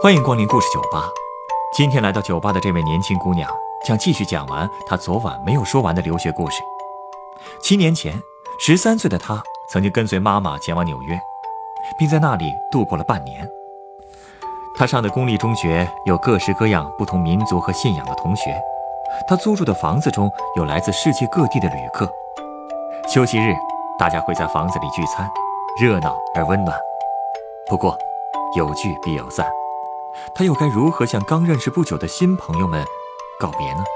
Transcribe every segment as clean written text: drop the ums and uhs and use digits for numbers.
欢迎光临故事酒吧。今天来到酒吧的这位年轻姑娘将继续讲完她昨晚没有说完的留学故事。7年前，13岁的她曾经跟随妈妈前往纽约，并在那里度过了半年。她上的公立中学有各式各样不同民族和信仰的同学，她租住的房子中有来自世界各地的旅客。休息日，大家会在房子里聚餐，热闹而温暖。不过，有聚必有散，她又该如何向刚认识不久的新朋友们告别呢？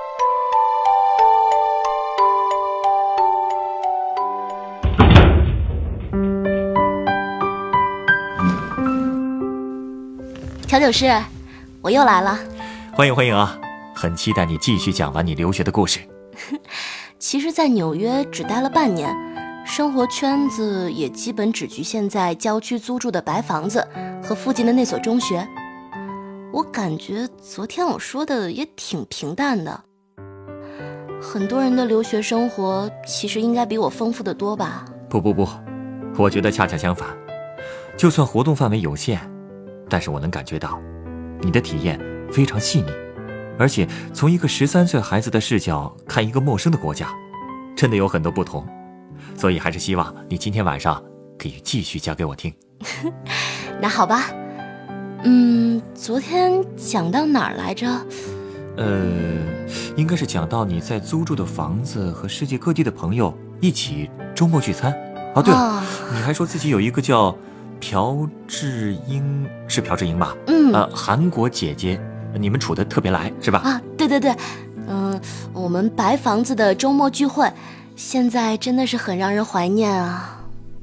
调酒师，我又来了。 欢迎啊，很期待你继续讲完你留学的故事。 其实在纽约只待了半年，生活圈子也基本只局限在郊区租住的白房子和附近的那所中学。我感觉昨天我说的也挺平淡的。很多人的留学生活其实应该比我丰富得多吧？ 不，我觉得恰恰相反。就算活动范围有限，但是我能感觉到你的体验非常细腻，而且从一个13岁孩子的视角看一个陌生的国家，真的有很多不同。所以还是希望你今天晚上可以继续讲给我听。 那好吧。昨天讲到哪儿来着？ 应该是讲到你在租住的房子和世界各地的朋友一起周末聚餐。哦，对了，你还说自己有一个叫朴智英，是朴智英吧？韩国姐姐，你们处得特别来，是吧？ 啊，对，我们白房子的周末聚会，现在真的是很让人怀念啊。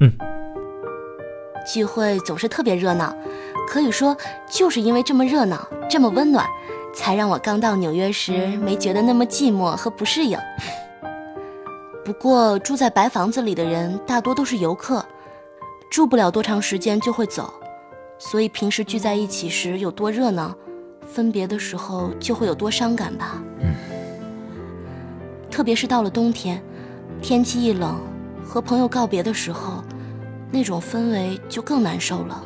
聚会总是特别热闹，可以说就是因为这么热闹，这么温暖，才让我刚到纽约时没觉得那么寂寞和不适应。不过住在白房子里的人大多都是游客，住不了多长时间就会走，所以平时聚在一起时有多热闹，分别的时候就会有多伤感吧。特别是到了冬天，天气一冷，和朋友告别的时候，那种氛围就更难受了。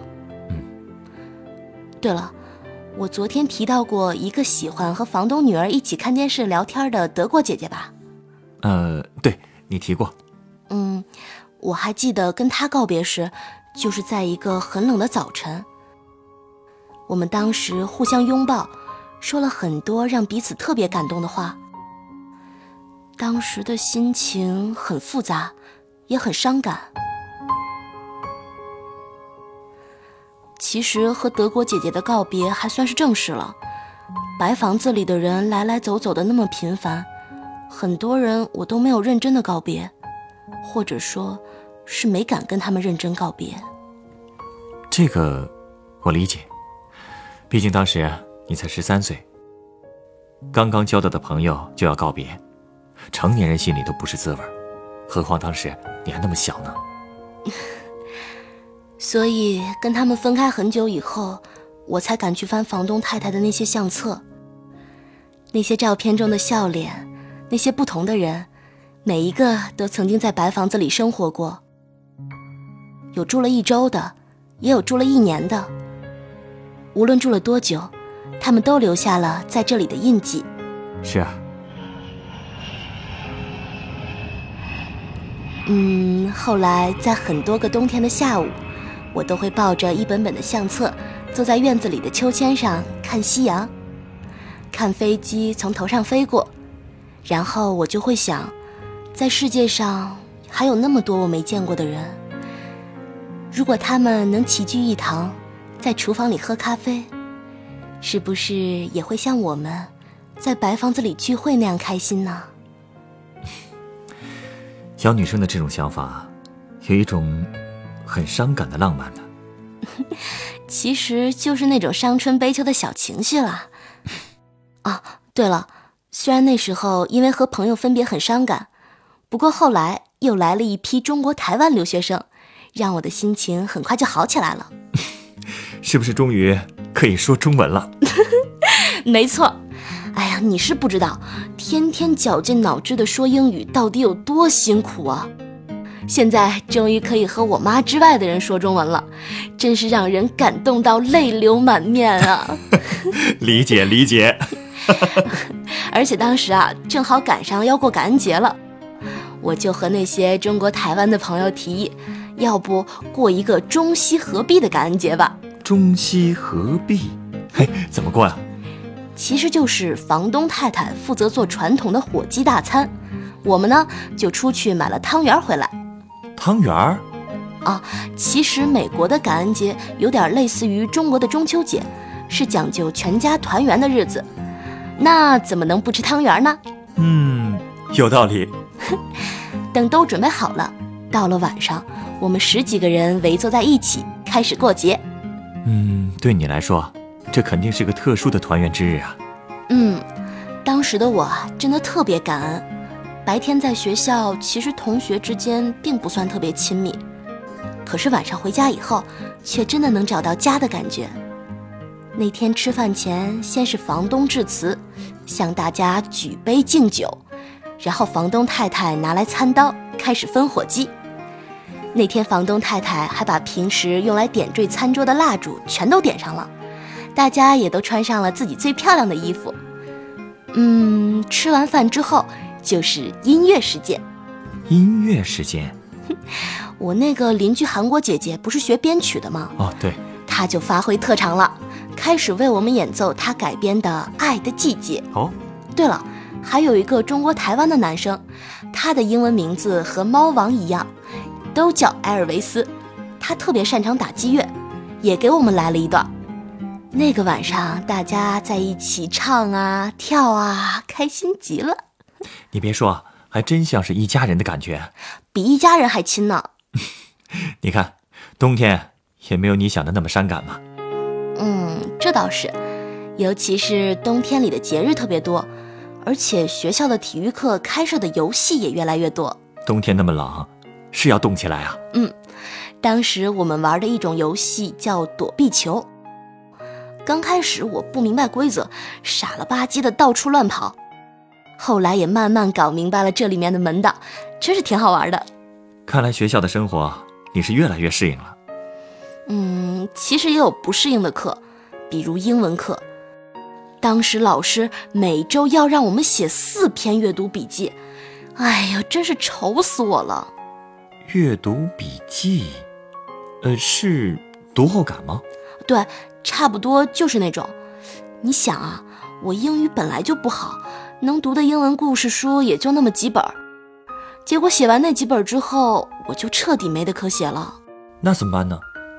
对了，我昨天提到过一个喜欢和房东女儿一起看电视聊天的德国姐姐吧？ 对，你提过。 我还记得跟她告别时，就是在一个很冷的早晨。我们当时互相拥抱，说了很多让彼此特别感动的话。当时的心情很复杂，也很伤感。其实和德国姐姐的告别还算是正式了，白房子里的人来来走走的那么频繁，很多人我都没有认真的告别，或者说是没敢跟他们认真告别。 这个我理解，毕竟当时你才13岁，刚刚交到的朋友就要告别，成年人心里都不是滋味，何况当时你还那么小呢。 所以跟他们分开很久以后，我才敢去翻房东太太的那些相册，那些照片中的笑脸，那些不同的人，每一个都曾经在白房子里生活过，有住了1周的，也有住了1年的。无论住了多久，他们都留下了在这里的印记。 是啊。 后来在很多个冬天的下午，我都会抱着一本本的相册，坐在院子里的秋千上看夕阳，看飞机从头上飞过，然后我就会想，在世界上还有那么多我没见过的人，如果他们能齐聚一堂，在厨房里喝咖啡，是不是也会像我们在白房子里聚会那样开心呢？ 小女生的这种想法有一种很伤感的浪漫的。 其实就是那种伤春悲秋的小情绪啦。对了，虽然那时候因为和朋友分别很伤感，不过后来又来了一批中国台湾留学生，让我的心情很快就好起来了。 是不是终于可以说中文了？ 没错。哎呀，你是不知道，天天绞尽脑汁的说英语到底有多辛苦啊！ 现在终于可以和我妈之外的人说中文了，真是让人感动到泪流满面啊！ 理解理解。 而且当时啊，正好赶上要过感恩节了，我就和那些中国台湾的朋友提议，要不过一个中西合璧的感恩节吧。 中西合璧？嘿，怎么过呀？ 其实就是房东太太负责做传统的火鸡大餐，我们呢就出去买了汤圆回来。 汤圆儿？ 啊，其实美国的感恩节有点类似于中国的中秋节，是讲究全家团圆的日子。那怎么能不吃汤圆呢？ 有道理。 等都准备好了，到了晚上，我们10几个人围坐在一起开始过节。 对你来说，这肯定是个特殊的团圆之日啊。 当时的我真的特别感恩。白天在学校，其实同学之间并不算特别亲密，可是晚上回家以后，却真的能找到家的感觉。那天吃饭前，先是房东致辞，向大家举杯敬酒，然后房东太太拿来餐刀，开始分火鸡。那天房东太太还把平时用来点缀餐桌的蜡烛全都点上了，大家也都穿上了自己最漂亮的衣服。吃完饭之后就是音乐时间。 音乐时间？ 我那个邻居韩国姐姐不是学编曲的吗？ 哦，对， 她就发挥特长了，开始为我们演奏她改编的《爱的季节》。 哦， 对了，还有一个中国台湾的男生，他的英文名字和猫王一样，都叫埃尔维斯，他特别擅长打击乐，也给我们来了一段。那个晚上大家在一起唱啊跳啊，开心极了。 你别说，还真像是一家人的感觉， 比一家人还亲呢。 你看，冬天也没有你想的那么伤感嘛。 这倒是，尤其是冬天里的节日特别多，而且学校的体育课开设的游戏也越来越多。 冬天那么冷，是要动起来啊。 当时我们玩的一种游戏叫躲避球。刚开始我不明白规则，傻了吧唧的到处乱跑，后来也慢慢搞明白了这里面的门道，真是挺好玩的。 看来学校的生活你是越来越适应了。 其实也有不适应的课，比如英文课。当时老师每周要让我们写4篇阅读笔记，哎呀，真是愁死我了。 阅读笔记，是读后感吗？ 对，差不多就是那种。你想啊，我英语本来就不好，能读的英文故事书也就那么几本，结果写完那几本之后，我就彻底没得可写了。 那怎么办呢？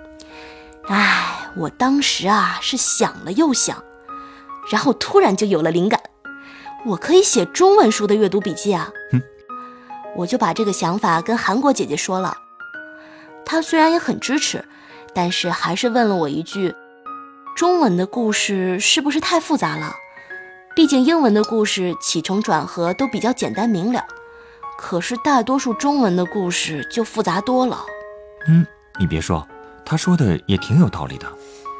我当时啊是想了又想，然后突然就有了灵感，我可以写中文书的阅读笔记啊。我就把这个想法跟韩国姐姐说了，她虽然也很支持，但是还是问了我一句，中文的故事是不是太复杂了？毕竟英文的故事起承转合都比较简单明了，可是大多数中文的故事就复杂多了。 你别说，他说的也挺有道理的。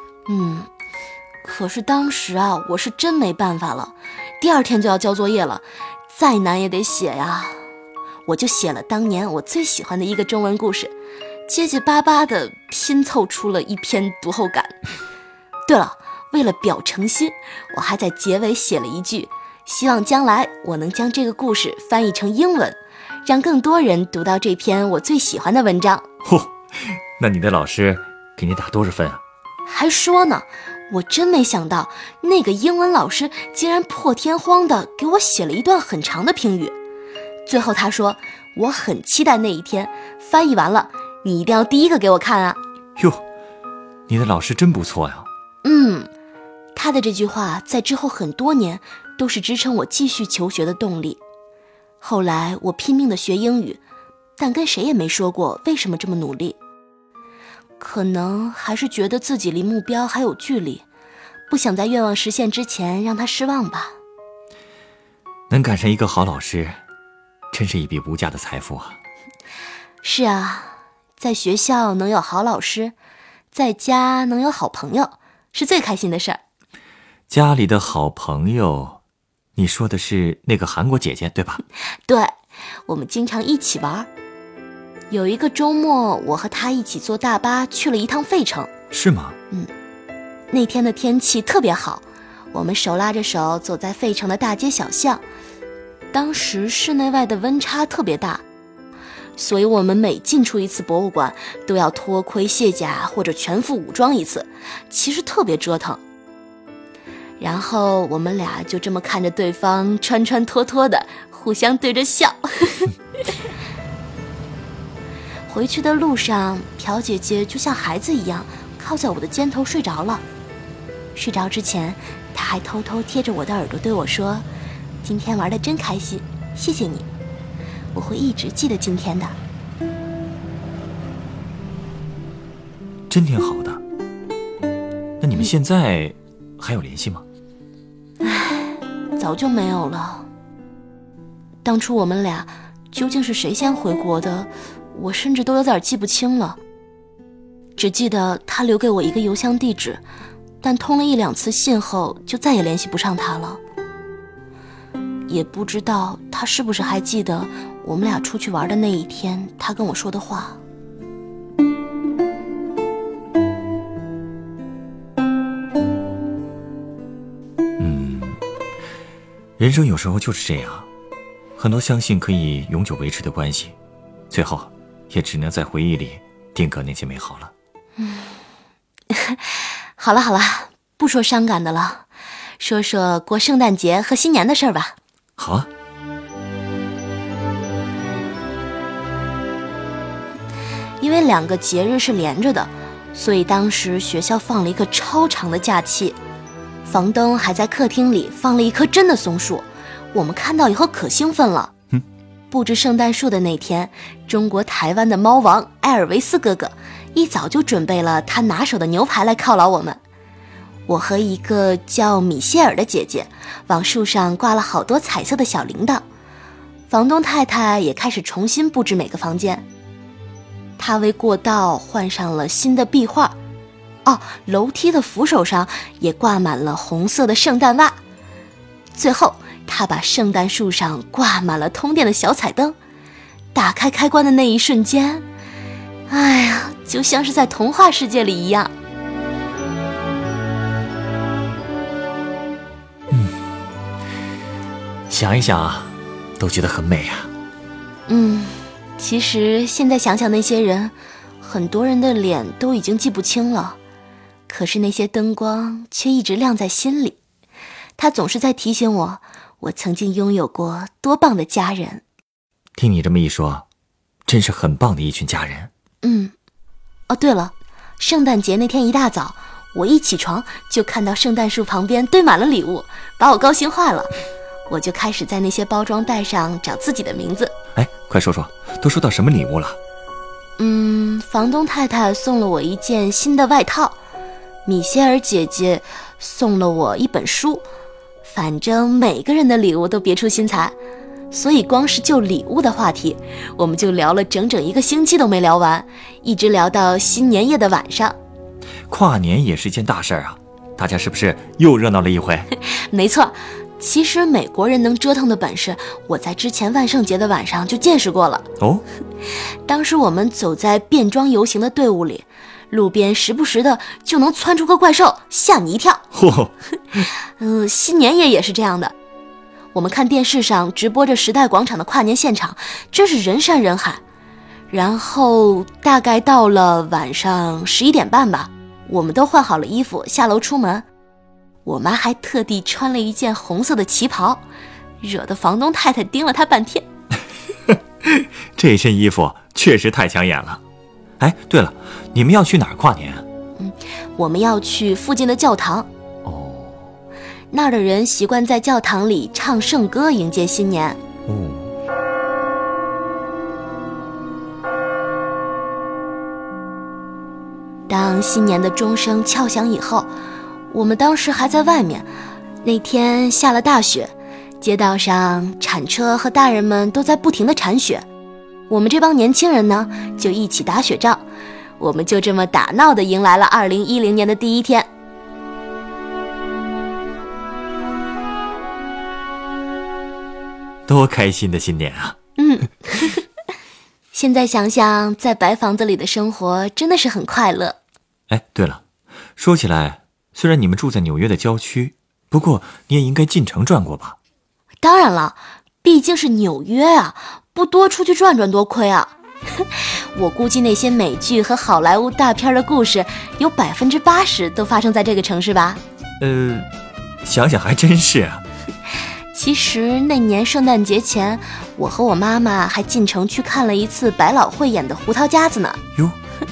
可是当时啊，我是真没办法了，第2天就要交作业了，再难也得写呀。我就写了当年我最喜欢的一个中文故事，结结巴巴的拼凑出了一篇读后感。对了，为了表诚心，我还在结尾写了一句，希望将来我能将这个故事翻译成英文，让更多人读到这篇我最喜欢的文章。 那你的老师给你打多少分啊？ 还说呢，我真没想到那个英文老师竟然破天荒的给我写了一段很长的评语。最后他说，我很期待那一天，翻译完了你一定要第一个给我看啊。 哟，你的老师真不错呀。 他的这句话在之后很多年都是支撑我继续求学的动力。后来我拼命的学英语，但跟谁也没说过为什么这么努力。可能还是觉得自己离目标还有距离，不想在愿望实现之前让他失望吧。 能赶上一个好老师，真是一笔无价的财富啊。 是啊，在学校能有好老师，在家能有好朋友，是最开心的事儿。 家里的好朋友，你说的是那个韩国姐姐对吧？ 对，我们经常一起玩。 有一个周末，我和他一起坐大巴去了一趟费城。 是吗？ 那天的天气特别好，我们手拉着手走在费城的大街小巷。当时室内外的温差特别大，所以我们每进出一次博物馆都要脱盔卸甲或者全副武装一次，其实特别折腾。然后我们俩就这么看着对方穿穿脱脱的，互相对着笑。回去的路上，朴姐姐就像孩子一样靠在我的肩头睡着了。睡着之前，她还偷偷贴着我的耳朵对我说，今天玩得真开心，谢谢你，我会一直记得今天的。 真挺好的。那你们现在还有联系吗？ 早就没有了。当初我们俩究竟是谁先回国的，我甚至都有点记不清了。只记得他留给我一个邮箱地址，但通了1、2次信后就再也联系不上他了。也不知道他是不是还记得我们俩出去玩的那一天他跟我说的话。 人生有时候就是这样，很多相信可以永久维持的关系，最后也只能在回忆里定格那些美好了。 好了好了，不说伤感的了，说说过圣诞节和新年的事儿吧。 好啊。 因为2个节日是连着的，所以当时学校放了一个超长的假期。房东还在客厅里放了一棵真的松树，我们看到以后可兴奋了。布置圣诞树的那天，中国台湾的猫王埃尔维斯哥哥一早就准备了他拿手的牛排来犒劳我们。我和一个叫米歇尔的姐姐往树上挂了好多彩色的小铃铛。房东太太也开始重新布置每个房间，她为过道换上了新的壁画。楼梯的扶手上也挂满了红色的圣诞袜。最后他把圣诞树上挂满了通电的小彩灯，打开开关的那一瞬间，哎呀，就像是在童话世界里一样。 想一想都觉得很美啊。 其实现在想想那些人，很多人的脸都已经记不清了，可是那些灯光却一直亮在心里，它总是在提醒我，我曾经拥有过多棒的家人。 听你这么一说，真是很棒的一群家人。 对了，圣诞节那天一大早，我一起床就看到圣诞树旁边堆满了礼物，把我高兴坏了。我就开始在那些包装袋上找自己的名字。 快说说，都收到什么礼物了？ 房东太太送了我一件新的外套，米歇尔姐姐送了我一本书，反正每个人的礼物都别出心裁，所以光是就礼物的话题，我们就聊了整整1个星期都没聊完，一直聊到新年夜的晚上。 跨年也是件大事啊，大家是不是又热闹了一回？ 没错，其实美国人能折腾的本事，我在之前万圣节的晚上就见识过了。当时我们走在变装游行的队伍里，路边时不时的就能窜出个怪兽，吓你一跳。新年夜也是这样的，我们看电视上直播着时代广场的跨年现场，真是人山人海。然后大概到了晚上11点半吧，我们都换好了衣服下楼出门。我妈还特地穿了一件红色的旗袍，惹得房东太太盯了她半天。 这身衣服确实太抢眼了。对了，你们要去哪儿跨年啊？ 我们要去附近的教堂。那儿的人习惯在教堂里唱圣歌迎接新年。当新年的钟声敲响以后，我们当时还在外面，那天下了大雪，街道上铲车和大人们都在不停地铲雪。我们这帮年轻人呢，就一起打雪仗。我们就这么打闹地迎来了2010年的第一天。 多开心的新年啊！ 谢现在想想，在白房子里的生活真的是很快乐。 哎，对了，说起来，虽然你们住在纽约的郊区，不过你也应该进城转过吧？ 当然了，毕竟是纽约啊，不多出去转转多亏啊。我估计那些美剧和好莱坞大片的故事，有80%都发生在这个城市吧？ 想想还真是啊。 其实那年圣诞节前，我和我妈妈还进城去看了一次百老汇演的《胡桃夹子》呢。 哟，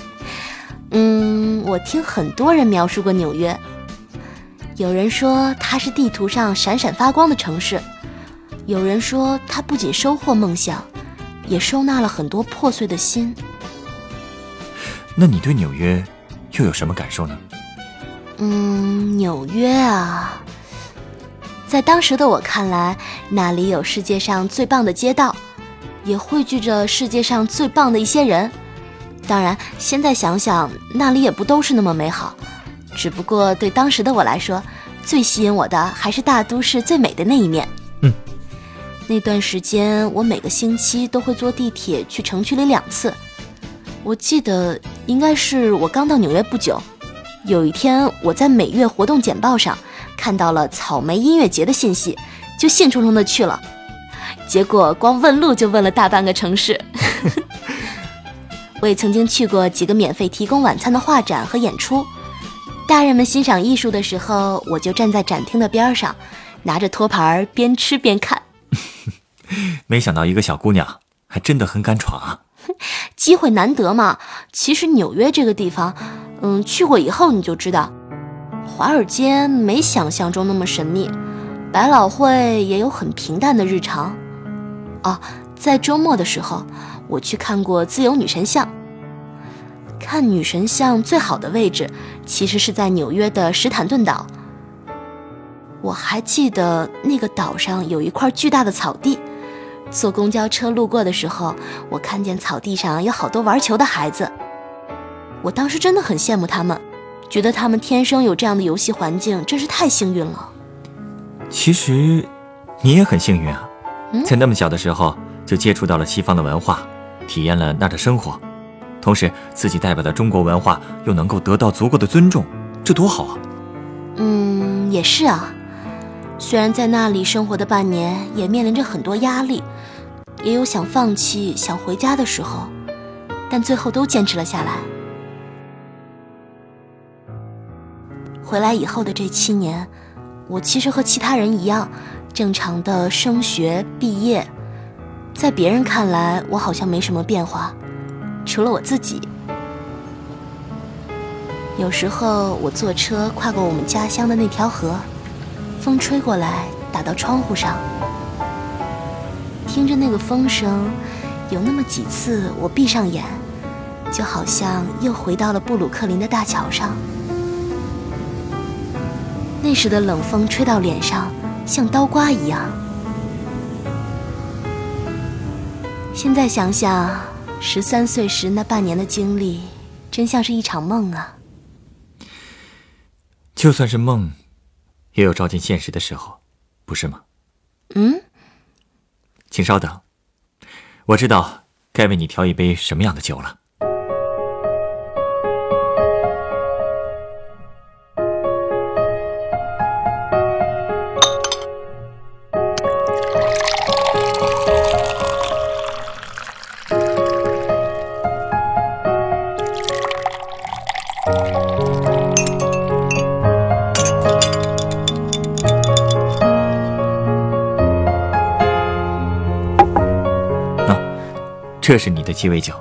我听很多人描述过纽约，有人说它是地图上闪闪发光的城市，有人说它不仅收获梦想，也收纳了很多破碎的心。 那你对纽约又有什么感受呢？ 纽约啊，在当时的我看来，那里有世界上最棒的街道，也汇聚着世界上最棒的一些人。当然，现在想想，那里也不都是那么美好，只不过对当时的我来说，最吸引我的还是大都市最美的那一面。那段时间，我每个星期都会坐地铁去城区里2次。我记得应该是我刚到纽约不久，有一天我在每月活动简报上看到了草莓音乐节的信息，就兴冲冲的去了，结果光问路就问了大半个城市。我也曾经去过几个免费提供晚餐的画展和演出，大人们欣赏艺术的时候，我就站在展厅的边上，拿着托盘边吃边看。 没想到一个小姑娘还真的很敢闯啊。 机会难得嘛。其实纽约这个地方，去过以后你就知道，华尔街没想象中那么神秘，百老汇也有很平淡的日常。在周末的时候，我去看过自由女神像。看女神像最好的位置，其实是在纽约的史坦顿岛。我还记得那个岛上有一块巨大的草地，坐公交车路过的时候，我看见草地上有好多玩球的孩子。我当时真的很羡慕他们，觉得他们天生有这样的游戏环境，真是太幸运了。 其实你也很幸运啊，在那么小的时候就接触到了西方的文化，体验了那儿的生活，同时自己代表的中国文化又能够得到足够的尊重，这多好啊。 也是啊，虽然在那里生活的半年也面临着很多压力，也有想放弃想回家的时候，但最后都坚持了下来。回来以后的这7年，我其实和其他人一样，正常的升学毕业，在别人看来我好像没什么变化，除了我自己。有时候我坐车跨过我们家乡的那条河，风吹过来打到窗户上，听着那个风声，有那么几次我闭上眼，就好像又回到了布鲁克林的大桥上。那时的冷风吹到脸上，像刀刮一样。现在想想，13岁时那半年的经历，真像是一场梦啊。 就算是梦，也有照进现实的时候，不是吗？请稍等，我知道该为你调一杯什么样的酒了。这是你的鸡尾酒。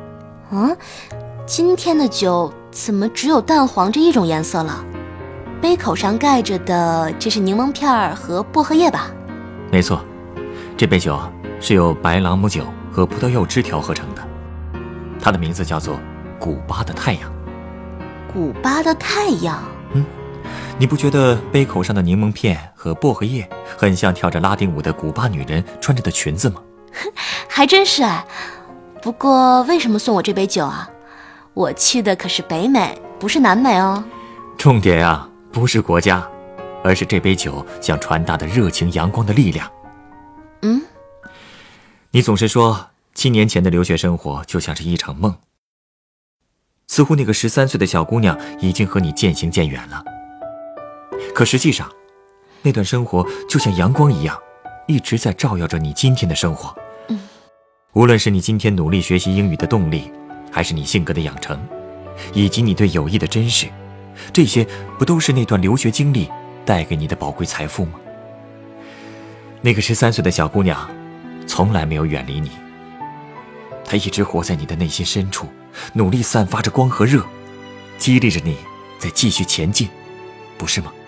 今天的酒怎么只有淡黄这一种颜色了？杯口上盖着的，这是柠檬片和薄荷叶吧？ 没错，这杯酒是由白朗姆酒和葡萄柚汁调合成的，它的名字叫做古巴的太阳。 古巴的太阳？ 你不觉得杯口上的柠檬片和薄荷叶很像跳着拉丁舞的古巴女人穿着的裙子吗？ 还真是哎。不过为什么送我这杯酒啊？我去的可是北美，不是南美哦。 重点啊，不是国家，而是这杯酒想传达的热情阳光的力量。 嗯？ 你总是说 7年前的留学生活就像是一场梦，似乎那个13岁的小姑娘已经和你渐行渐远了。可实际上，那段生活就像阳光一样，一直在照耀着你今天的生活。无论是你今天努力学习英语的动力，还是你性格的养成，以及你对友谊的珍视，这些不都是那段留学经历带给你的宝贵财富吗？那个13岁的小姑娘从来没有远离你，她一直活在你的内心深处，努力散发着光和热，激励着你再继续前进，不是吗？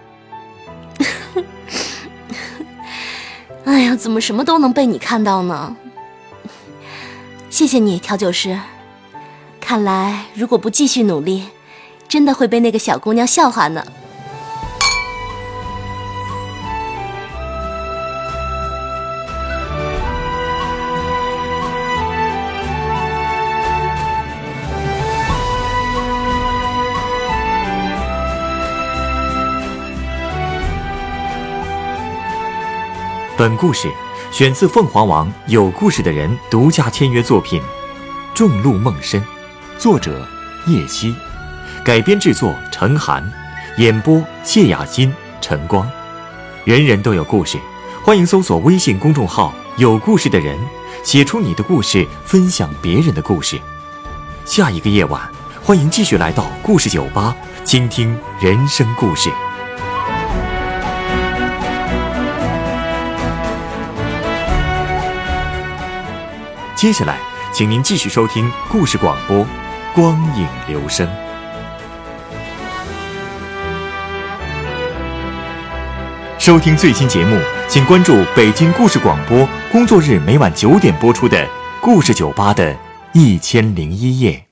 哎呀，怎么什么都能被你看到呢？谢谢你，调酒师。看来如果不继续努力，真的会被那个小姑娘笑话呢。 本故事选自凤凰网有故事的人独家签约作品《众路梦深》，作者叶希，改编制作陈寒，演播谢雅欣、陈光。人人都有故事，欢迎搜索微信公众号有故事的人，写出你的故事，分享别人的故事。下一个夜晚，欢迎继续来到故事酒吧，倾听人生故事。接下来请您继续收听故事广播《光影留声》。收听最新节目，请关注北京故事广播，工作日每晚9点播出的故事酒吧的1001夜。